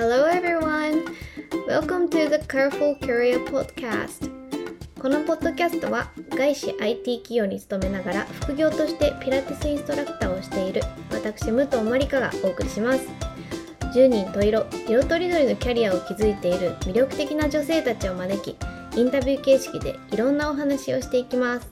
Hello everyone! Welcome to the Careful Career Podcast. このポッドキャストは外資 IT 企業に勤めながら副業としてピラティスインストラクターをしている私武藤まりかがお送りします。10人十色とりどりのキャリアを築いている魅力的な女性たちを招き、インタビュー形式でいろんなお話をしていきます。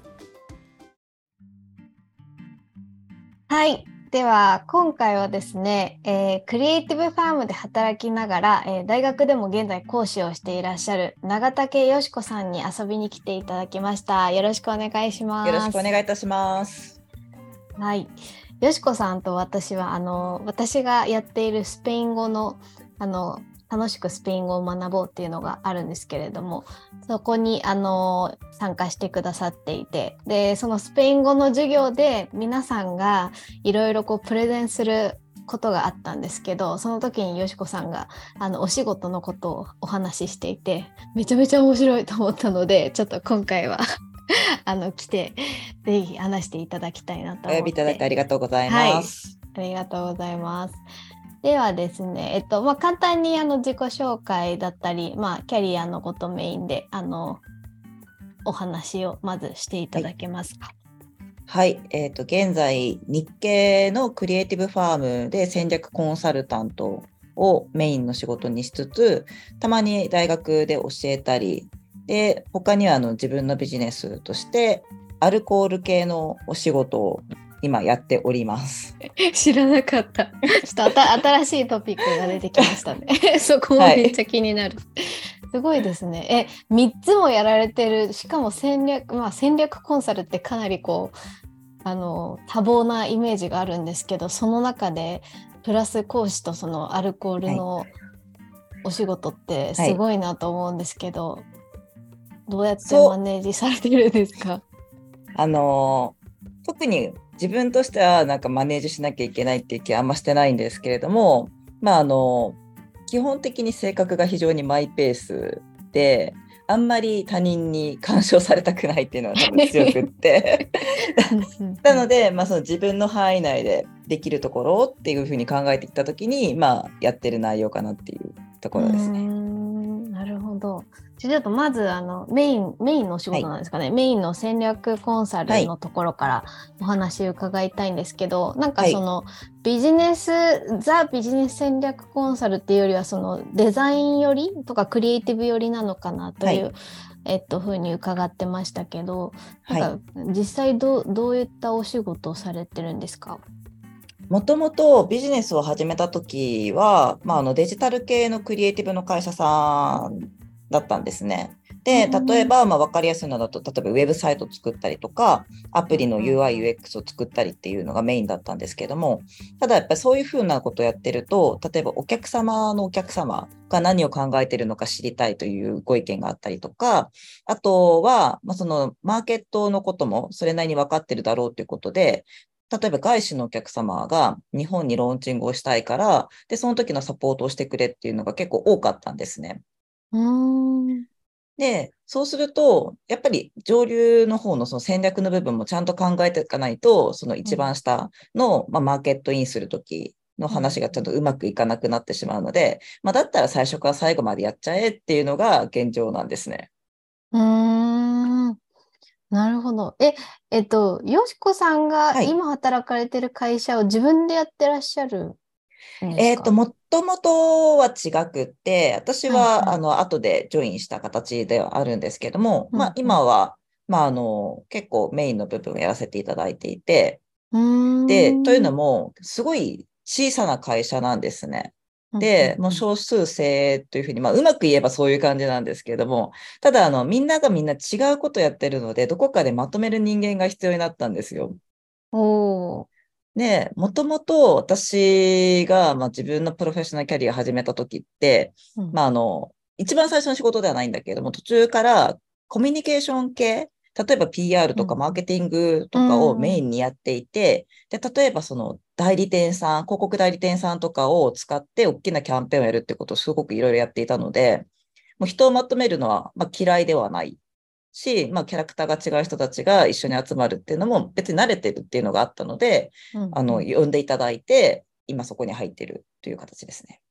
はい。では今回はですね、クリエイティブファームで働きながら、大学でも現在講師をしていらっしゃる永竹よし子さんに遊びに来ていただきました。よろしくお願いします。 よろしくお願いいたします。 はい。よしこさんと私は私がやっているスペイン語の楽しくスペイン語を学ぼうっていうのがあるんですけれども、そこに参加してくださっていて、でそのスペイン語の授業で皆さんがいろいろプレゼンすることがあったんですけど、その時によしこさんがお仕事のことをお話ししていて、めちゃめちゃ面白いと思ったので、ちょっと今回は来てぜひ話していただきたいなと思って。 お呼びいただいてありがとうございます。 はい、ありがとうございます。ではですね、簡単に自己紹介だったり、キャリアのことメインでお話をまずしていただけますか。 はい、現在日系のクリエイティブファームで戦略コンサルタントをメインの仕事にしつつ、たまに大学で教えたりで、他には自分のビジネスとしてアルコール系のお仕事を今やっております。 知らなかった。ちょっと新しいトピックが出てきましたね。そこもめっちゃ気になる。はい、すごいですね。3つもやられてる。しかも戦略コンサルってかなり多忙なイメージがあるんですけど、その中でプラス講師とそのアルコールのお仕事ってすごいなと思うんですけど、どうやってマネージされてるんですか？ 特に自分としてはマネージしなきゃいけないっていう気はあんましてないんですけれども、基本的に性格が非常にマイペースで、あんまり他人に干渉されたくないっていうのは多分強くってなので、その自分の範囲内でできるところっていうふうに考えてきたときに、やってる内容かなっていうところですね。 なるほど。ちょっとまずメインのお仕事なんですかね、はい、メインの戦略コンサルのところからお話を伺いたいんですけど、そのビジネス戦略コンサルっていうよりはそのデザイン寄りとかクリエイティブ寄りなのかなという、ふうに伺ってましたけど、実際どういったお仕事をされてるんですか？ もともとビジネスを始めた時は、デジタル系のクリエイティブの会社さんだったんですね。で、例えば、分かりやすいのだと、例えばウェブサイトを作ったりとか、アプリの UI、UX を作ったりっていうのがメインだったんですけども、ただやっぱりそういうふうなことをやってると、例えばお客様が何を考えているのか知りたいというご意見があったりとか、あとは、そのマーケットのこともそれなりに分かってるだろうということで、例えば外資のお客様が日本にローンチングをしたいから、で、その時のサポートをしてくれっていうのが結構多かったんですね。で、そうすると、やっぱり上流の方のその戦略の部分もちゃんと考えていかないと、その一番下の、マーケットインする時の話がちゃんとうまくいかなくなってしまうので、だったら最初から最後までやっちゃえっていうのが現状なんですね。 なるほど。よしこさんが今働かれてる会社を自分でやってらっしゃるんですか？ もともとは違くって、私は、後でジョインした形ではあるんですけども、今は、結構メインの部分をやらせていただいていて、で、というのも、すごい小さな会社なんですね。で、もう少数制というふうに、うまく言えばそういう感じなんですけれども、ただ、みんながみんな違うことやってるので、どこかでまとめる人間が必要になったんですよ。で、もともと私が、自分のプロフェッショナルキャリアを始めた時って、一番最初の仕事ではないんだけれども、途中からコミュニケーション系、例えば PR とかマーケティングとかをメインにやっていて、で、例えばその代理店さん、広告代理店さんとかを使って大きなキャンペーンをやるってことをすごくいろいろやっていたので、もう人をまとめるのは嫌いではないし、キャラクターが違う人たちが一緒に集まるっていうのも別に慣れてるっていうのがあったので、呼んでいただいて、今そこに入ってるという形ですね。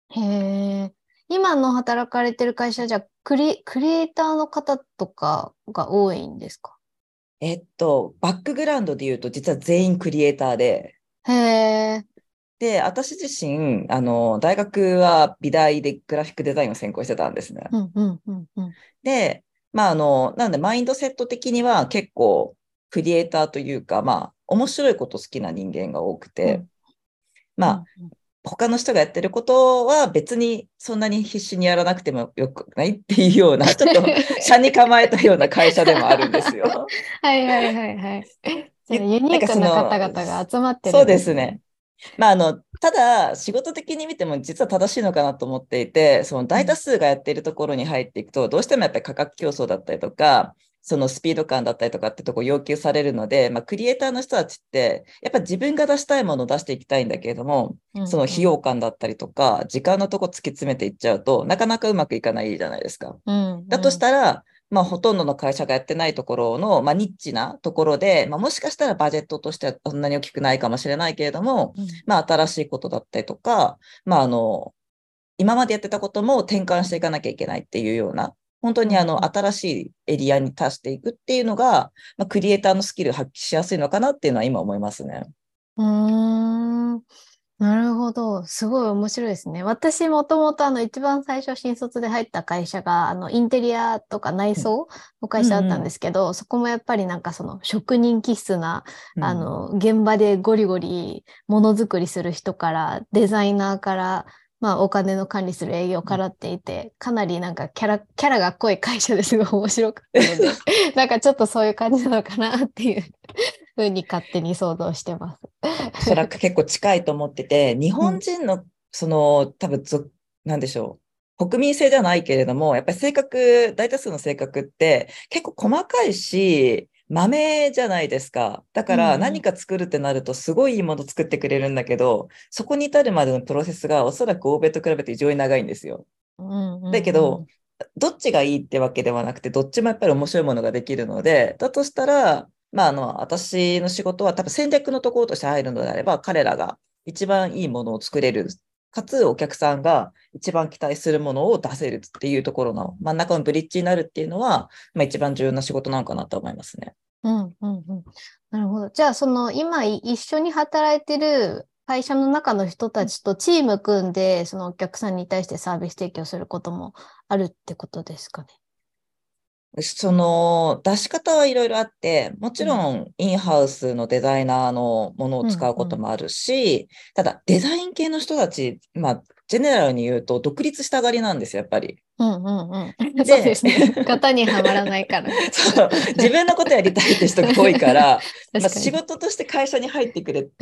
へえ。今の働かれてる会社じゃクリエイターの方とかが多いんですか？ バックグラウンドで言うと、実は全員クリエイターで、 へえ。 で、私自身、大学は美大でグラフィックデザインを専攻してたんですね。 うんうんうんうん。 で、なので、マインドセット的には結構、クリエイターというか、面白いこと好きな人間が多くて、 うんまあ、 うんうん。 他の人がやってることは別にそんなに必死にやらなくてもよくないっていうような、ちょっと社に構えたような会社でもあるんですよ。 はいはいはいはい。じゃあユなんかニークな方々が集まってるそうんですね。 ですね。ただ、仕事的に見ても実は正しいのかなと思っていて、その大多うん数がやっているところに入っていくと、どうしてもやっぱり価格競争だったりとか、そのスピード感だったりとかってとこ要求されるので、クリエイターの人たちって、やっぱ自分が出したいものを出していきたいんだけれども、その費うんうん用感だったりとか、時間のとこ突き詰めていっちゃうと、なかなかうまくいかないじゃないですか。 うんだとうんしたら、ほとんどの会社がやってないところの、ニッチなところで、もしかしたらバジェットとしてはそんなに大きくないかもしれないけれども、 うん新しいことだったりとか、今までやってたことも転換していかなきゃいけないっていうような、本当にうんうん。 新しいエリアに達していくっていうのが、クリエイターのスキルを発揮しやすいのかなっていうのは今思いますね。 うーん。なるほど。すごい面白いですね。私もともと一番最初新卒で入った会社がインテリアとか内うん装の会社だったんでうんすけど、そこもやっぱりなんかその職人気質なうん。 現場でゴリゴリものづくりする人からデザイナーからお金の管理する営業からっていて、かなりなんかキャラが濃い会社ですごい面白かったので、なんかちょっとそういう感じなのかなっていうふうに勝手に想像してます。 おそらく結構近いと思ってて、日うん。 本人の、多分なんでしょう。国民性じゃないけれども、やっぱり大多数の性格って結構細かいし、豆じゃないですか。だうから何んうん。 か作るってなるとすごいいいもの作ってくれるんだけど、そこに至るまでのプロセスがおそらく欧米と比べて異常に長いんですよ。 うんうだけど、 んうん。 どっちがいいってわけではなくて、どっちもやっぱり面白いものができるので、だとしたら、私の仕事は多分戦略のところとして入るのであれば、彼らが一番いいものを作れる、かつお客さんが一番期待するものを出せるっていうところの真ん中のブリッジになるっていうのは、一番重要な仕事なのかなと思いますね。 うんうんうん。なるほど。じゃあ、今一緒に働いてる会社の中の人たちとチーム組んで、そのお客さんに対してサービス提供することもあるってことですかね。 その出し方はいろいろあって、もちうん。 ろんインハウスのデザイナーのものを使うこうんうん。 ともあるし、ただデザイン系の人たち、ジェネラルに言うと独立したがりなんですよ、やっぱり。 うんうんうん。そうでで、 すね。型にはまらないからね。 そう、自分のことやりたいって人が多いから、仕確かに。 事として会社に入ってくれって、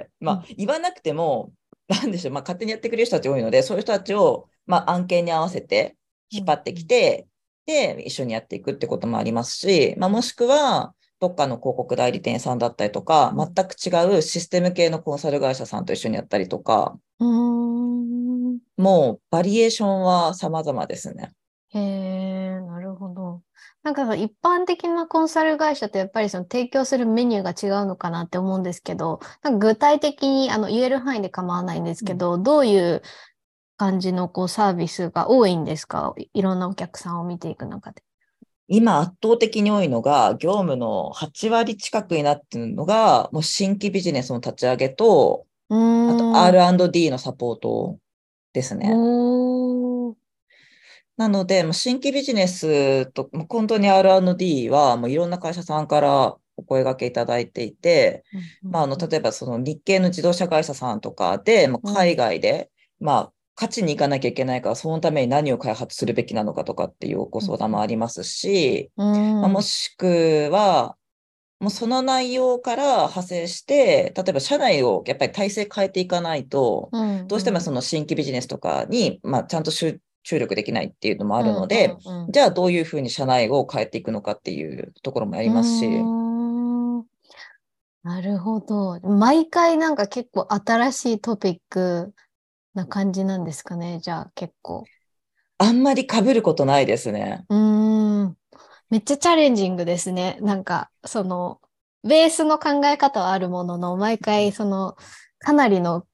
うん。 言わなくても、なんでしょう、勝手にやってくれる人たち多いので、そういう人たちを、案件に合わせてう引っ張ってきんうん。 て、で、一緒にやっていくってこともありますし、もしくは、どっかの広告代理店さんだったりとか、 うん全く違うシステム系のコンサル会社さんと一緒にやったりとか、 うーん。 もうバリエーションは様々ですね。 へえ、なるほど。なんか一般的なコンサル会社とやっぱりその提供するメニューが違うのかなって思うんですけど、なんか具体的に言える範囲で構わないんですうんけど、どういう感じのサービスが多いんですか？いろんなお客さんを見ていく中で。 今圧倒的に多いのが、業務の8割近くになっているのが、もう新規ビジネスの立ち上げと、 うあとーん。 R&D のサポートですね。 おー。 なので、もう新規ビジネスと、もう本当に R&D はもういろんな会社さんからお声掛けいただいていて、 うんうんうん例えばその日系の自動車会社さんとかで、もう海うん外で、勝ちに行かなきゃいけないから、そのために何を開発するべきなのかとかっていうご相談もありますし、 うんうんもしくは、もうその内容から派生して、例えば社内をやっぱり体制変えていかないと、 うんどうしてもうんその新規ビジネスとかに、ちゃんと注力できないっていうのもあうんうるので、 んじゃあどういうふうに社内を変えていくのかっていうところもありますし、 うん。なるほど。毎回なんか結構新しいトピックな感じなんですかね。じゃあ結構。 あんまり被ることないですね。 うーん。めっちゃチャレンジングですね。なんか、ベースの考え方はあるものの、毎回かなりの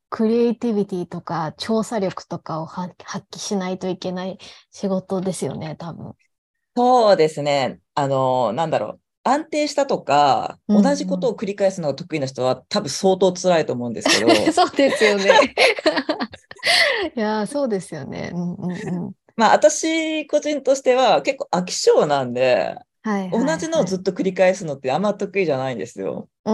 クリエイティビティとか調査力とかを発揮しないといけない仕事ですよね、多分。 そうですね。なんだろう。安定したとか、同じことを繰り返すのが得意な人は多分相当辛いと思うんですけど、 そうですよね。いやー、そうですよね。うんうんうん。 まあ私個人としては結構飽き性なんで、 はい同はいはい。 じのをずっと繰り返すのってあんま得意じゃないんですよ。 うん。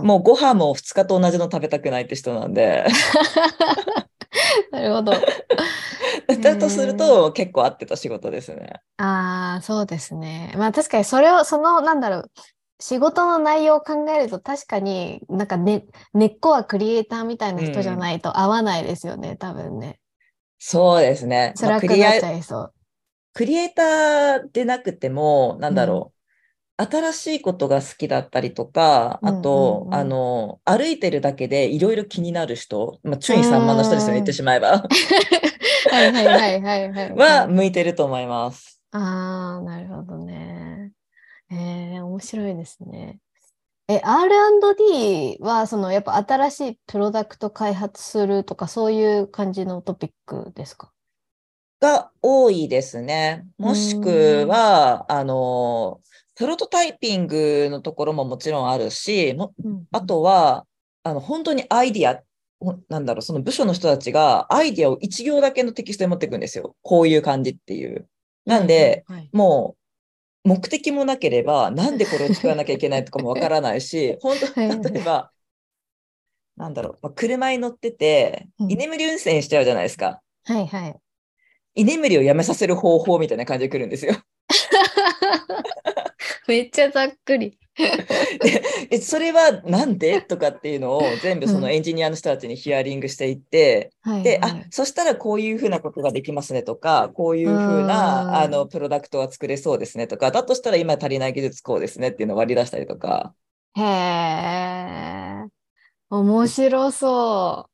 もうご飯も2日と同じの食べたくないって人なんで。 なるほど。へだとするえ。 と結構合ってた仕事ですね。 ああ、そうですね。まあ確かにそれを、なんだろう、仕事の内容を考えると確かになんかね、根っこはクリエイターみたいなう人じゃん。 ないと合わないですよね、多分ね。 そうですね。まあ、 辛くなっちゃいそう。 クリエイターでなくても、なんうん。 だろう。新しいことが好きだったりとか、あうんうと、 んうん。 歩いてるだけでいろいろ気になる人、まあ、 うー注意散漫な人ですよね、言ってん。 しまえば。 はいはいはいはいはいはは、 い。 向いてると思います。 ああ、なるほどね。面白いですね。R&D は、やっぱ新しいプロダクト開発するとか、そういう感じのトピックですか？ が多いですね。 うーもしくん。 は、プロトタイピングのところももちろんあるし、あうん。 とは、本当にアイディア、なんだろう、その部署の人たちがアイディアを一行だけのテキストに持っていくんですよ。こういう感じっていう。 はいはいなんで、 はい。 もう、目的もなければ、なんでこれを作らなきゃいけないとかもわからないし、本当、 はいはい。 例えば、なんだろう、まあ車に乗ってて、 うん。 居眠り運転しちゃうじゃないですか。 はいはい。 居眠りをやめさせる方法みたいな感じで来るんですよ。 めっちゃざっくり。 で、それはなんでとかっていうのを全部うん。 そのエンジニアの人たちにヒアリングしていって、で、 はいはい。 そしたらこういうふうなことができますねとか、こうういうふうな、 ーん。 プロダクトは作れそうですねとか、だとしたら今足りない技術こうですねっていうのを割り出したりとか、 へえ。面白そう。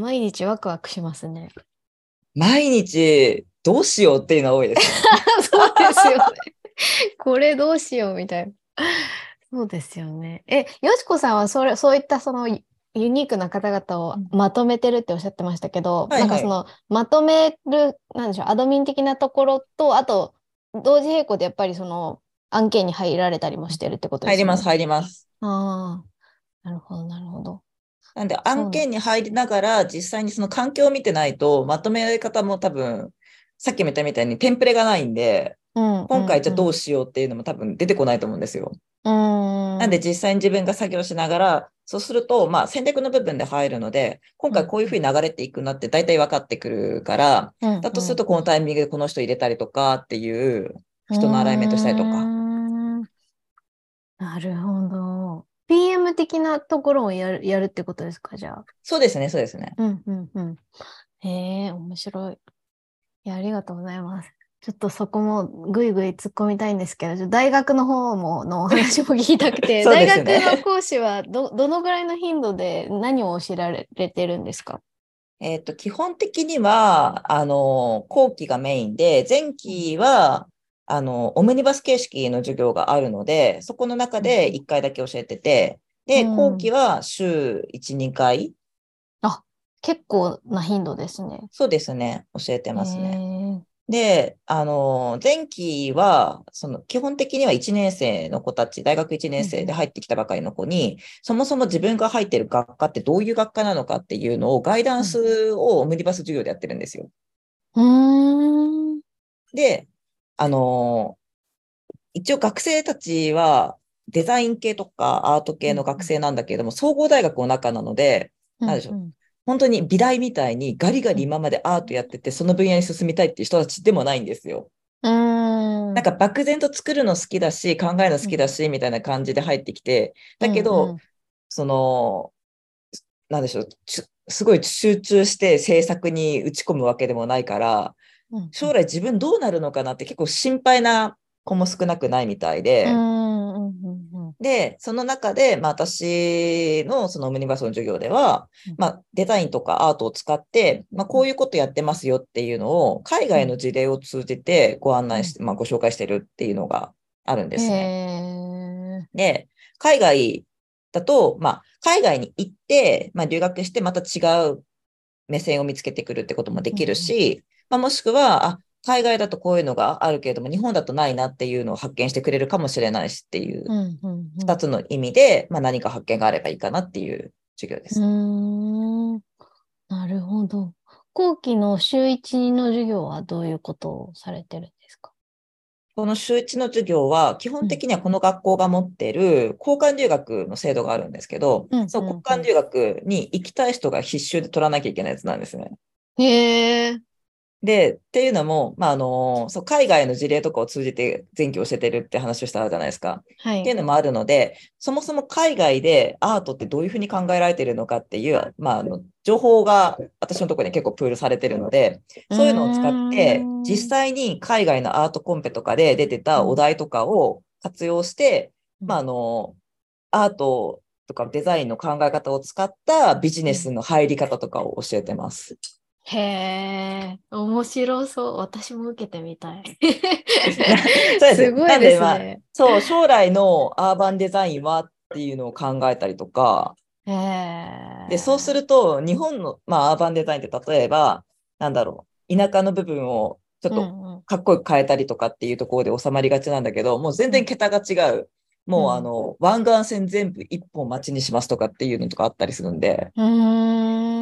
毎日ワクワクしますね。 毎日どうしようっていうのが多いですね。 そうですよね。これどうしようみたいな。そうですよね。よしこさんはそういったユニークな方々をまとめてるっておっしゃってましたけど、 はいはい。 まとめる、なんでしょう、アドミン的なところと、あと、同時並行でやっぱり案件に入られたりもしてるってことで入ります、 すよね。 入ります。 ああ、なるほど、なるほど。 なんで案そうなん件に入りですね。 ながら実際にその環境を見てないとまとめられ方も多分さっきも言ったみたいにテンプレがないんで、 うんう今回じゃあどうんうん。 しようっていうのも多分出てこないと思うんですよ。 うなんでーん。 実際に自分が作業しながら、そうすると、まあ戦略の部分で入るので、今うん回こういうふうに流れていくなって大体分かってくるから、 うんだとするとこのうんタイミングでこの人入れたりとかっていうう人のアライメントしたりとか。 ん。なるほど。PM 的なところをやるってことですか、じゃあ？ そうですね、そうですね。 うんうんうん。へえ、面白い。いや、ありがとうございます。ちょっとそこもぐいぐい突っ込みたいんですけど、大学の方のお話も聞きたくて、 そう大ですね。 学の講師はどのぐらいの頻度で何を教えられてるんですか？ 基本的には、後期がメインで、前うん期は、オムニバス形式の授業があるので、そこの中で1回だけ教えてて、で、後うん。 期は週1、2回、 あ、結構な頻度ですね。 そうですね、教えてへますね。 え。 で、前期は、基本的には1年生の子たち、大学1年生でうん入ってきたばかりの子に、そもそも自分が入ってる学科ってどういう学科なのかっていうのを、ガイダンうん。 スをオムニバス授業でやってるんですよ。 うーん。 で、あの一応学生たちはデザイン系とかアート系の学うん。 生なんだけれども、総合大学の中なので、 うん。 なんでしょう。 うん。 本当に美大みたいにガリガうん。 リ今までアートやってて、その分野に進みたいっていう人たちでもないんですよ。 うーん。 なんか漠然と作るの好きだし、考えるの好うん。 きだし、みたいな感じで入ってきて、 うだけど、 ん。 その、なんでしょう、すごい集中して制作に打ち込むわけでもないから、 うん。 将来自分どうなるのかなって結構心配な子も少なくないみたいうで、 ん。うん。うん。 で、その中で、まあ、私のそのオムニバスの授業では、 うん。 まあ、デザインとかアートを使って、まあ、こういうことやってますよっていうのを、海うん。 外の事例を通じてご案うん。 内して、まあ、ご紹介してるっていうのがあるんでへすね。 え。 で、海外だと、まあ、海外に行って、まあ、留学してまた違う目線を見つけてくるってこともできるし、まあ、もしくは、海外だとこういうのがあるけれども、日本だとないなっていうのを発見してくれるかもしれないしっていう二つの意味で、まあ、何か発見があればいいかなっていう授業です。 なるほど。後期の週1の授業はどういうことをされてるんですか？ この週1の授業は、基本的にはこの学校が持っている交換留学の制度があるんですけど、そう、交換留学に行きたい人が必修で取らなきゃいけないやつなんですね。 へー。 で、っていうのも、まあ、そう、海外の事例とかを通じて前期教えてるって話をしたじゃないですか。 はい。 っていうのもあるので、そもそも海外でアートってどういうふうに考えられているのかっていう、まあ、情報が私のところに結構プールされてるので、そういうのを使って、実際に海外のアートコンペとかで出てたお題とかを活用して、まあ、アートとかデザインの考え方を使ったビジネスの入り方とかを教えてます。 へえ、面白そう。私も受けてみたい。 そうです。 すごいなんで、まあ、 ですね。 そう、将来のアーバンデザインはっていうのを考えたりとか、 へで、そうすえ。 ると、日本の、まあ、アーバンデザインって例えば、なんだろう、田舎の部分をちょっとうんうん。 かっこよく変えたりとかっていうところで収まりがちなんだけど、もう全然桁が違う。もう、湾岸線全部一本町にしますとかっていうのとかあったりするんで、 うん。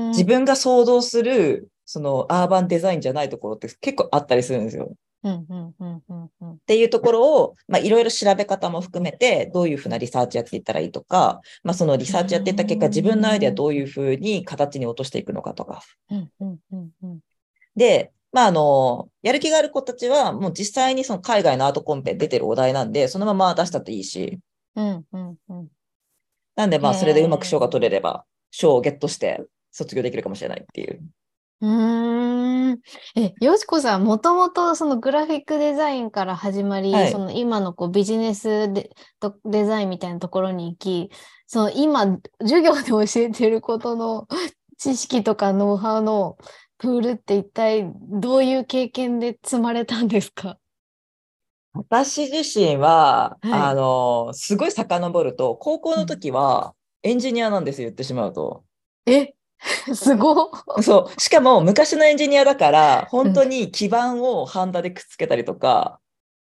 自分が想像する、そのアーバンデザインじゃないところって結構あったりするんですよ。 うんうんうんうんうん。 っていうところを、まあ、いろいろ調べ方も含めて、どういうふうなリサーチやっていったらいいとか、まあ、そのリサーチやっていった結果、自分のアイデアどういうふうに形に落としていくのかとか。 うんうんうんうん。 で、まあ、やる気がある子たちは、もう実際にその海外のアートコンペ出てるお題なんで、そのまま出したっていいし、 うんうんうん。 なんで、 へまあ、それでうまく賞が取れえ。 れば、賞をゲットして卒業できるかもしれないっていう。 うーん。よしこさん、もともとそのグラフィックデザインから始まり、そはい。 の今のこうビジネスデザインみたいなところに行き、その今、授業で教えてることの知識とかノウハウのプールって一体どういう経験で積まれたんですか？ 私自身は、 はい。 すごい遡ると、高校のうん。 時はエンジニアなんですよ、言ってしまうと。 え、すごっ。 そう。しかも昔のエンジニアだから、 うん。 本当に基板をハンダでくっつけたりとか、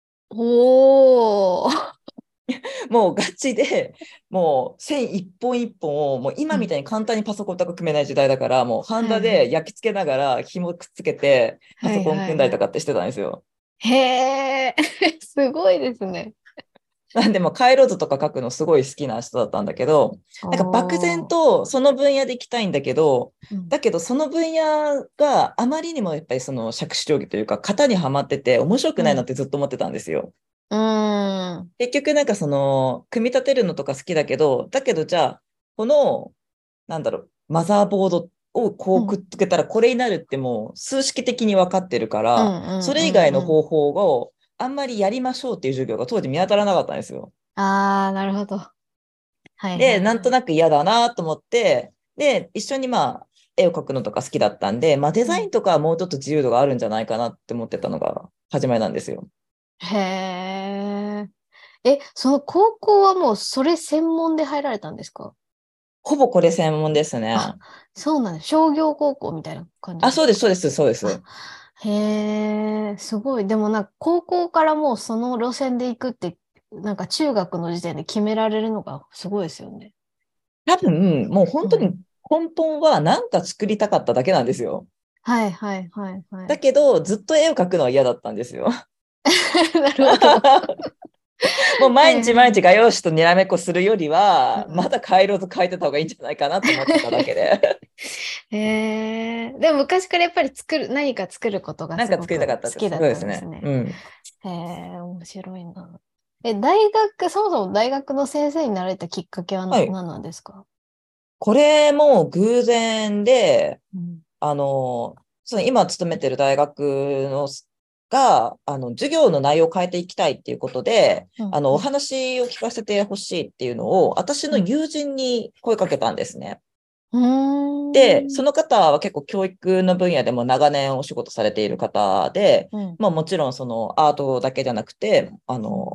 おー。 もうガチで、もう線一本一本を、もううん。 今みたいに簡単にパソコンとか組めない時代だから、もうハンダはいはい。 で焼き付けながら紐くっつけて、パはいソコン組んだりはいはい。 とかってしてたんですよ。 へえ、すごいですね。 なんでもう回路図とか書くのすごい好きな人だったんだけど、なんか漠然おー。 とその分野で行きたいんだけど、 うん。 だけどその分野があまりにもやっぱりその杓子定規というか型にはまってて面白くないなっうん。 てずっと思ってたんですよ。 うーん。 結局なんかその組み立てるのとか好きだけど、だけどじゃあこのなんだろう、マザーボードをこうん。 うくっつけたらこれになるってもう数式的に分かってるかうんら、 うんうそれ以外のんうん。 方法をあんまりやりましょうっていう授業が当時見当たらなかったんですよ。 ああ、なるほど。はいはで、 いはい。 なんとなく嫌だなと思って、で、一緒にまあ、絵を描くのとか好きだったんで、まあデうん。 ザインとかはもうちょっと自由度があるんじゃないかなって思ってたのが始まりなんですよ。 へえ。その高校はもうそれ専門で入られたんですか？ ほぼこれ専門ですね。 あ、そうなんです。商業高校みたいな感じあ、そうです、 ですか？ そうです、そうであ、 す。 へえ、すごい。でもなんか高校からもうその路線で行くって、なんか中学の時点で決められるのがすごいですよね。 多分、もう本当にうん。 根本は何か作りたかっただけなんですよ。 はいはいはいはい。 だけど、ずっと絵を描くのは嫌だったんですよ。 なるほど。 もう毎日毎はいはい。 日画用紙とにらめっこするよりは、まうん。 だ回路図描いてた方がいいんじゃないかなと思ってただけで。 でも昔からやっぱり何か作ることがなんか作りたすごくかったです。そ好きだったうですね。 んですね。 うん。 面白いな。大学、そもそも大学の先生になられたきっかけははい。 何なんですか？ これも偶然で、 うん。 その今勤めてる大学のが、授業の内容を変えていきたいっていうことで、おうんうん話を聞かせてほしいっていうのを、私の友人に声かけたんですね。 うで、 ん。 その方は結構教育の分野でも長年お仕事されている方で、 うん。 まあもちろんそのアートだけじゃなくて、 うん。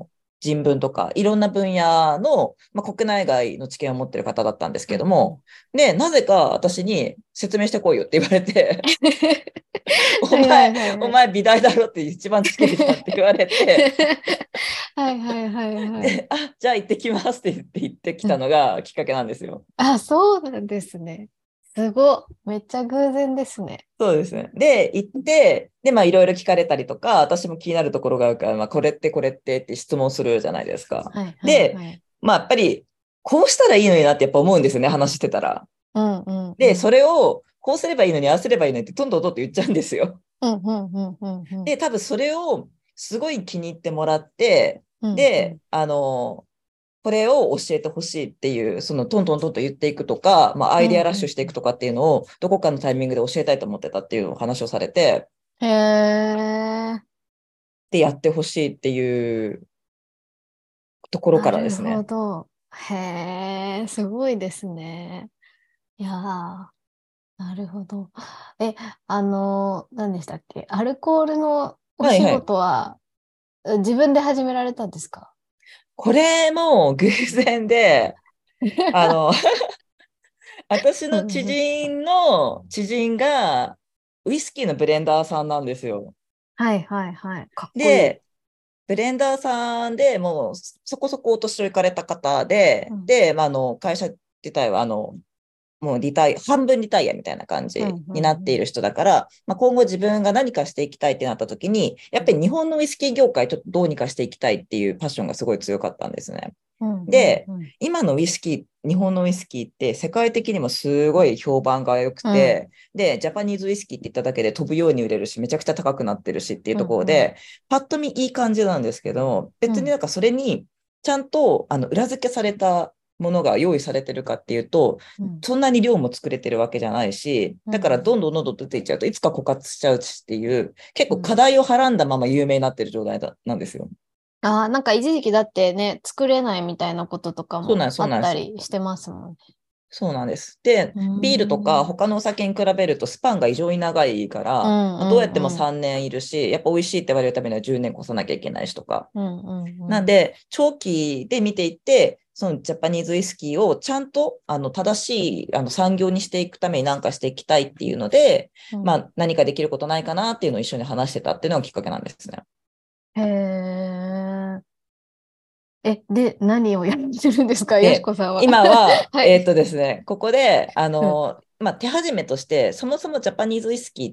人文とかいろんな分野の、国内外の知見を持ってる方だったんですけども、で、なぜか私に説明してこいよって言われて、 はいはいはいはい。 お前美大だろって一番知識じゃんって言われて、 はいはいはいはい。 で、じゃあ行ってきますって言ってきうん、 たのがきっかけなんですよ。 あ、そうなんですね。すご。めっちゃ偶然ですね。 そうですね。で、行って、で、いろいろ聞かれたりとか、私も気になるところがあるから、これってこれってって質問するじゃないですか。 はいはいで、 はい。 やっぱり、こうしたらいいのになってやっぱ思うんですよね、話してたら。 うんうんうで、 ん。 それを、こうすればいいのに、ああすればいいのにって、どんどんどんどん言っちゃうんですよ。 うんうんうんうんうん。 で、多分それをすごい気に入ってもらって、で、 うんうんこれを教えてほしいっていう、そのトントントンと言っていくとか、アうんイデアラッうんうシュしていくとかっていうのを、どこかのタイミングで教えたいと思ってたっていうお話をされて、 ん。へえ、 でやってほしいっていうところかなるらですね。 ほど。へえ、すごいですね。いやー、なるほど。え、何でしたっけ？アルコールのお仕はいはい。 事は自分で始められたんですか？ これも偶然で、あの、私の知人がウイスキーのブレンダーさんなんですよ。 はいはいはい。かっこいい。 で、ブレンダーさんでもうそこそこお年を行かれた方で、 うん。 で、会社自体はもう半分リタイアみたいな感うんうじになっていんる人だから、今後自分が何かしていきたいってなった時に、やっぱり日本のウイスキー業界ちょっとどうにかしていきたいっていうパッションがすごい強かったんですね。 うんうんで、 うん。 今のウイスキー、日本のウイスキーって世界的にもすごい評判が良くうん。 て、で、ジャパニーズウイスキーって言っただけで飛ぶように売れるし、めちゃくちゃ高くなってるしっていううんうん。 ところで、パッと見いい感じなんですけど、 うん。 別になんかそれにちゃんと裏付けされたものが用意されてるかっていうと、 うん。 そんなに量も作れてるわけじゃないし、だからどんどんどんどん出ていっちゃうといつか枯渇しちゃうしっていう、結うん。 構課題をはらんだまま有名になってる状態なんですよ。 ああ、なんか一時期だってね、作れないみたいなこととかそうなんです、 もあったそうなんです。 りしてますもんね。 そうなんです。で、 うービールとかん。 他のお酒に比べるとスパンが異常に長いかうら、どうやってもんうんうん。 3年いるし、やっぱ美味しいって言われるためには10年越さなきゃいけないしとか。 うんうんうん。 なんで、長期で見ていって、そのジャパニーズウイスキーをちゃんと正しい産業にしていくために何かしていきたいっていうので、 うん。 何かできることないかなっていうのを一緒に話してたっていうのがきっかけなんですね。 へえ。え、で、何をやってるんですか、よしで、 こさんは。 今は、 はい。 ですね、ここで、 うん。 手始めとして、そもそもジャパニーズウイスキーって、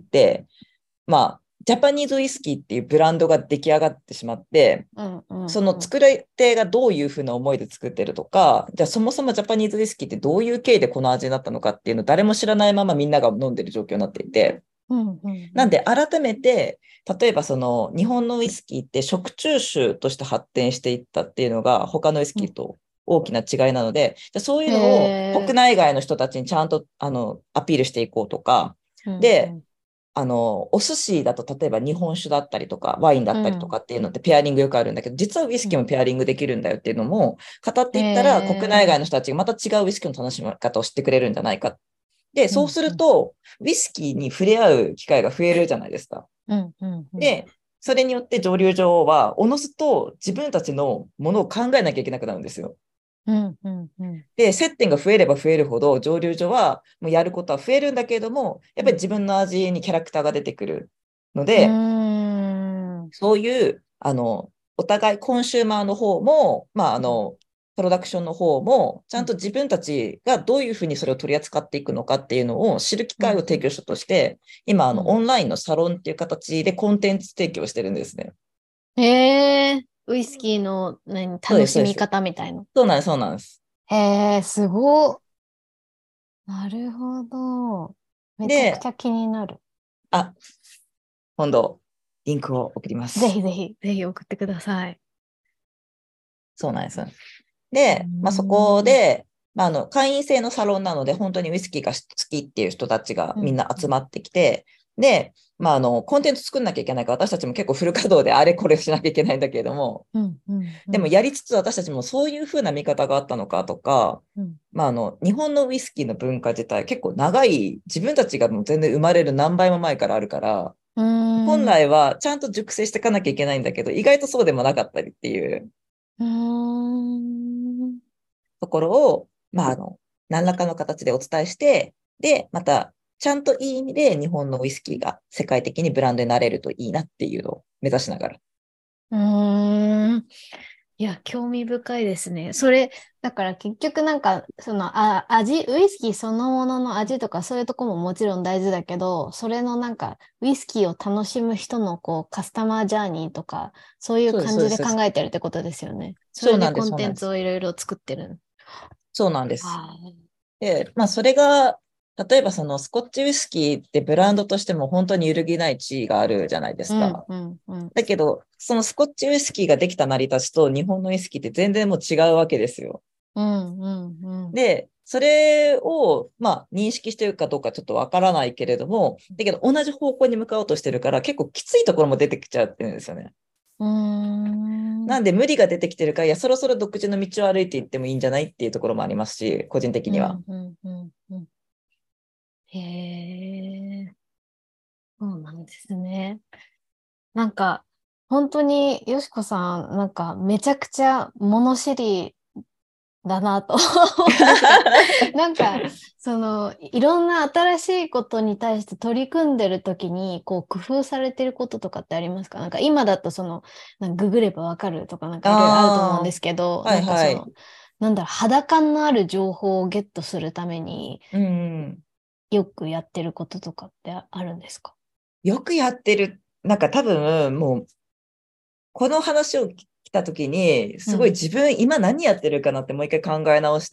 ジャパニーズウイスキーっていうブランドが出来上がってしまって、 うんうんそのうん。 作り手がどういうふうな思いで作ってるとか、じゃあそもそもジャパニーズウイスキーってどういう経緯でこの味になったのかっていうのを誰も知らないままみんなが飲んでる状況になっていて、 うんうんうん。 なんで改めて、例えばその日本のウイスキーって食中酒として発展していったっていうのが他のウイスうん。 キーと大きな違いなので、じゃあそういうへのを国え。 内外の人たちにちゃんとアピールしていこうとか、で、 うんうん。 お寿司だと例えば日本酒だったりとか、ワインだったりとうんかっていうのってペアリングよくあるんだけど、実はウイスうん。 キーもペアリングできるんだよっていうのも語ってへいったら、国内え。 外の人たちがまた違うウイスキーの楽しみ方を知ってくれるんじゃないか。で、そうすうんうんると、ウイスキーに触れ合う機会が増えるじゃないですか。 うんうんうん。 で、それによって蒸留所は、おのずと自分たちのものを考えなきゃいけなくなるんですよ。 うんうんうんで、接点が増えれば増えるほど、蒸留所はもうやることは増えるんだけれども、やっぱり自分の味にキャラクターが出てくるのうで、 ん。うーん。 そういう、お互いコンシューマーの方も、 うんプロダクションの方も、ちうんゃんと自分たちがどういうふうにそれを取り扱っていくのかっていうのを知る機会をうん提供したとして、今、 うんオンラインのサロンっていう形でコンテンツ提供してるんですね。 へえ、ウイスキーのそうです、 楽しみそうです。 方みたいな。 そうなんです、そうなんです。 へえ、すごっ。なるほど。めちゃくで、 ちゃ気になる。 あ、今度、リンクを送ります。 ぜひぜひ、ぜひ送ってください。 そうなんです。 うーで、そこん。 で、会員制のサロンなので、本当にウイスキーが好きっていう人たちがみんうんうんな集まってきて、で、コンテンツ作んなきゃいけないから、私たちも結構フル稼働であれこれしなきゃいけないんだけれども、 うんうんうんでもやりつつ私たちもそういう風な見方があったのかとか、 うん日本のウイスキーの文化自体結構長い、自分たちがもう全然生まれる何倍も前からあるから、 うー本ん。 来はちゃんと熟成していかなきゃいけないんだけど、意外とそうでもなかったりっていう。 うーん。 ところを、何らかの形でお伝えして、で、また、ちゃんといい意味で日本のウイスキーが世界的にブランドになれるといいなっていうのを目指しながら。 うーん。いや、興味深いですね。それ、だから結局なんか、味、ウイスキーそのものの味とかそういうとこももちろん大事だけど、それのなんか、ウイスキーを楽しむ人のこう、カスタマージャーニーとか、そういうそうです、 感じで考そうです。 えてるってことですよね。それでそうなんです、 コンテンツそうなんです。 をいろいろ作ってる。 そうなんです。 ああ。 で、それが、例えばそのスコッチウイスキーってブランドとしても本当に揺るぎない地位があるじゃないですうん、 か。 うん、うん。 だけど、そのスコッチウイスキーができた成り立ちと日本のウイスキーって全然もう違うわけですよ。 うん、うん、うん。 で、それを、認識してるかどうかちょっとわからないけれども、だけど同じ方向に向かおうとしてるから結構きついところも出てきちゃってるんですよね。 うーん。 なんで無理が出てきてるから、いや、そろそろ独自の道を歩いていってもいいんじゃないっていうところもありますし、個人的には。 うん、うん、うん、うん。へえ、そうなんですね。なんか、本当によしこさん、なんかめちゃくちゃ物知りだなと思うんですけど、なんか、いろんな新しいことに対して取り組んでるときに、こう、工夫されてることとかってありますか？なんか今だとなんかググればわかるとかなんかいろいろあると思うんであすけど、 あ、はいはい。 なんだろう、肌感のある情報をゲットするためにうん。 よくやってることとかってあるんですか？ よくやってる。なんか多分、もう、この話を聞いたときに、 うん。 すごい自分今何やってるかなってもう一回考え直して、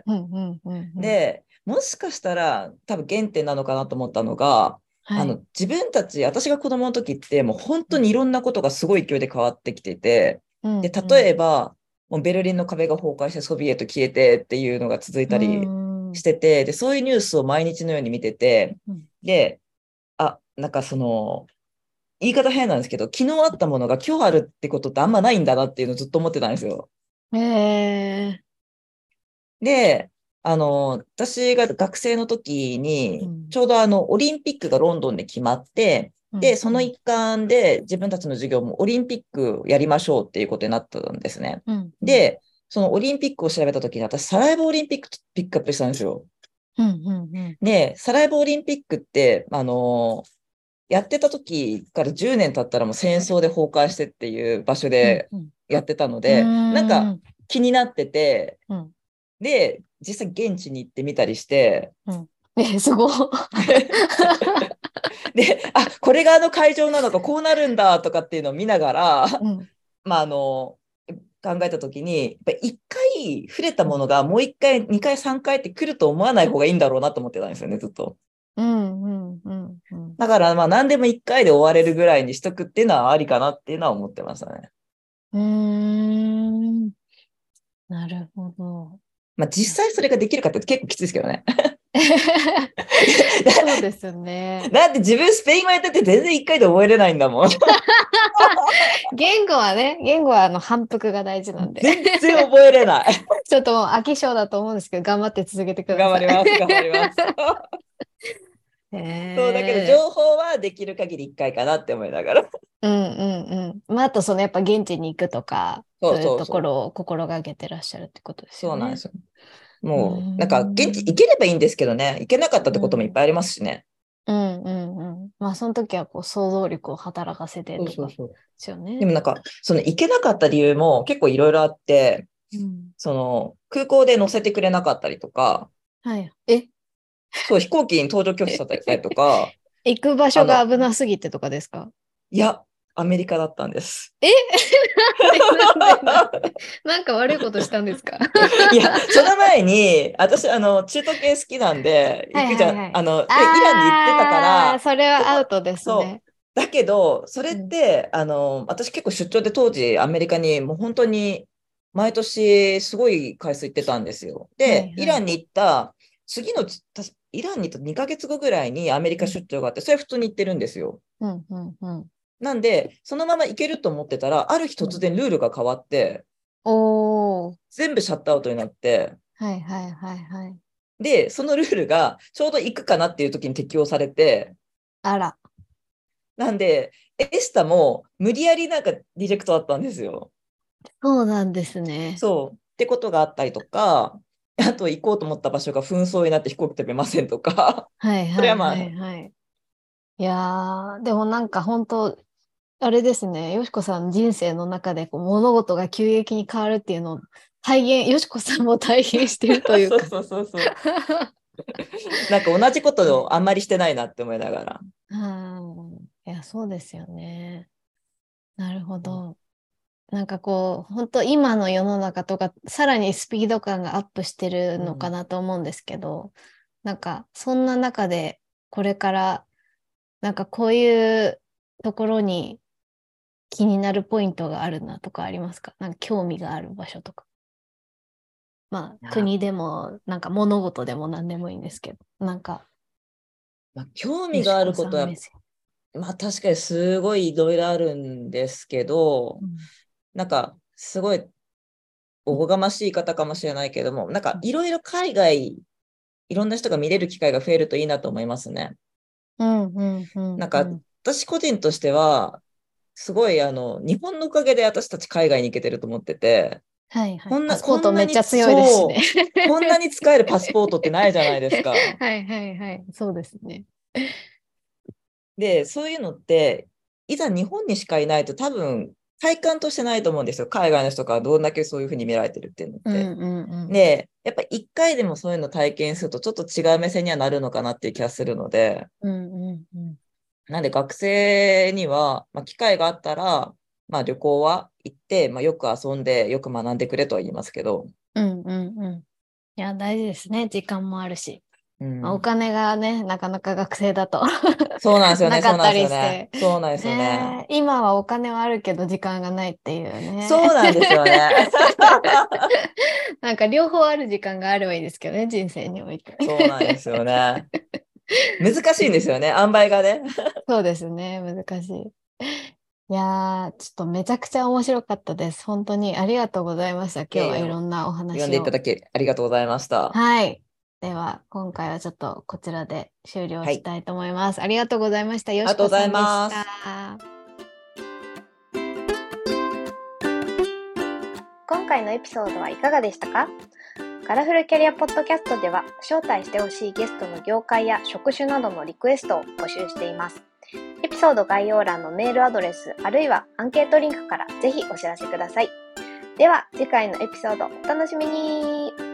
うん、うん、うん、うん。 で、もしかしたら多分原点なのかなと思ったのが、 はい。 自分たち、私が子供の時ってもう本うん、 当にいろんなことがすごい勢いで変わってきてて、で、 うん、うん。 例えば、もうベルリンの壁が崩壊してソビエト消えてっていうのが続いうたりん、うん、 してて、で、そういうニュースを毎日のように見てて、 うん。 で、なんかその、言い方変なんですけど、昨日あったものが今日あるってことってあんまないんだなっていうのをずっと思ってたんですよ。 ええ、 で、私が学生の時に、 うん、 ちょうどオリンピックがロンドンで決まって、で、 うん、 その一環で自分たちの授業もオリンピックやりましょうっていうことになったんですね。 うん、うん、 で、そのオリンピックを調べた時に私、サラエボオリンピックピックアップしたんですよ。 うん、うん、うん、 で、サラエボオリンピックって、やってた時から10年経ったらもう戦争で崩壊してっていう場所うん、 でうん。 やってたのうで、なんかーん、 気になってて、 うん、 で、実際現地に行ってみたりして、 うん。すごい。 で、これがあの会場なのか、こうなるんだとかっていうのを見ながら、 うん、 まあ、あの、考えたときに、やっぱり1回触れたうん、 ものがもう1回、2回、3回って来ると思わない方がいいんだろうなと思ってたんですよね、ずっと。 うん、うん、うん、うん。 だから、何でも1回で終われるぐらいにしとくっていうのはありかなっていうのは思ってましたね。 うーん、なるほど。 実際それができるかって結構きついですけどね。 そうですよね。 だって自分スペイン語やってて全然1回で覚えれないんだもん。 言語はね、言語は反復が大事なんで。 全然覚えれない。 ちょっともう飽き性だと思うんですけど、頑張って続けてください。 頑張ります、頑張ります。 へそうだけどえ。 情報はできる限り1回かなって思いながら。 うん、うん、うん。まあ、あとやっぱ現地に行くとか、 そうそういうそうそう。 ところを心がけてらっしゃるってことですよね。 そうなんですよ。 うーもう、なんか現地行ん。 ければいいんですけどね、行けなかったってこともいっうん。 ぱいありますしね。 うん、うん、うん。まあ、その時はこう想像力を働かせてそうとかでそうそう。 すよね。 でもなんか、その行けなかった理由も結構いろいろあって、 うん。 その空港で乗せてくれなかったりとか、 はい。え、 そう飛行機に搭乗拒否されたりとか、 行く場所があの、 危なすぎてとかですか？ いや、アメリカだったんです。 えなんでなんか悪いことしたんですか？ いや、その前に、私、中東系好きなんで、 はい行くじゃん。 はいはい。 で、イランに行ってたかあー、 ら、 それはアウそこ、 トですね。 そう。だけど、それうん。 って、私結構出張で当時、アメリカにもう本当に、毎年すごい回数行ってたんですよ。で、 はいはい。 イランに行った、次の、イランに行った2ヶ月後ぐらいにアメリカうん、 出張があって、それは普通に行ってるんですよ。 うん、うん、うん。 なんで、そのまま行けると思ってたら、ある日うん。 突然ルールが変わって、 おー。 全部シャットアウトになって、 はいはいはいはい。 で、そのルールがちょうど行くかなっていう時に適用されて、 あら。 なんで、エスタも無理やりなんかリジェクトだったんですよ。 そうなんですね。 そう。ってことがあったりとか、あと行こうと思った場所が紛争になって飛行機飛べませんとか、 はいそれはいははまあ、 いはい。いやー、でもなんか本当、あれですね、よしこさんの人生の中でこう物事が急激に変わるっていうのを体現、よしこさんも体現してるというか。 そうそうそうそう。なんか同じことをあんまりしてないなって思いながら。 いや、そうですよね。なるほど。なんかこう、本当今の世の中とか、さらにスピード感がアップしてるのかうん、 なと思うんですけど、なんかそんな中でこれからなんかこういうところに気になるポイントがあるなとかありますか？なんか興味がある場所とか。まああ国でもなんか物事でも何でもいいんですけど、なんかまあ、興味があよしこることは、 さん目線。 まあ確かにすごいいろいろあるんですけど、 うん。 なんかすごいおこがましい方かもしれないけども、なんかうんいろいろ海外、いろんな人が見れる機会が増えるといいなと思いますね。 うんうんうんなんかうん。 私個人としては、すごい日本のおかげで私たち海外に行けてると思ってて、 はいはい。パスポーこんなに、 トめっちゃ強いですしね。 こんなに使えるパスポートってないじゃないですか。 はいはいはい。そうですね。 で、そういうのって、いざ日本にしかいないと多分体感としてないと思うんですよ。海外の人からどんだけそういうふうに見られてるっていうのっうんて。 うんうん。 で、やっぱ一回でもそういうの体験するとちょっと違う目線にはなるのかなっていう気がするので、 うんうんうん。 なんで学生には、まあ、機会があったら、まあ、旅行は行って、まあ、よく遊んで、よく学んでくれとは言いますけど、 うんうんうん。いや、大事ですね。時間もあるし。まあおうん、 金がね、なかなか学生だとそうなんですよね、そうなんなかったですよね。 りして。 そうなんですよね。 ねえ、今はお金はあるけど時間がないっていうね。 そうなんですよね。 なんか両方ある時間があればいいですけどね、人生において。 そうなんですよね。難しいんですよね、塩梅がね。 そうですね、難しい。いやー、ちょっとめちゃくちゃ面白かったです。本当にありがとうございました。今日いやいや、 はいろんなお読んでいた話を。 だきありがとうございました。 はい。では、今回はちょっとこちらで終了はい。 したいと思います。ありがとうございました。よしこありがとうございさんでします。 た。今回のエピソードはいかがでしたか？カラフルキャリアポッドキャストでは招待してほしいゲストの業界や職種などのリクエストを募集しています。エピソード概要欄のメールアドレスあるいはアンケートリンクからぜひお知らせください。では次回のエピソードお楽しみに。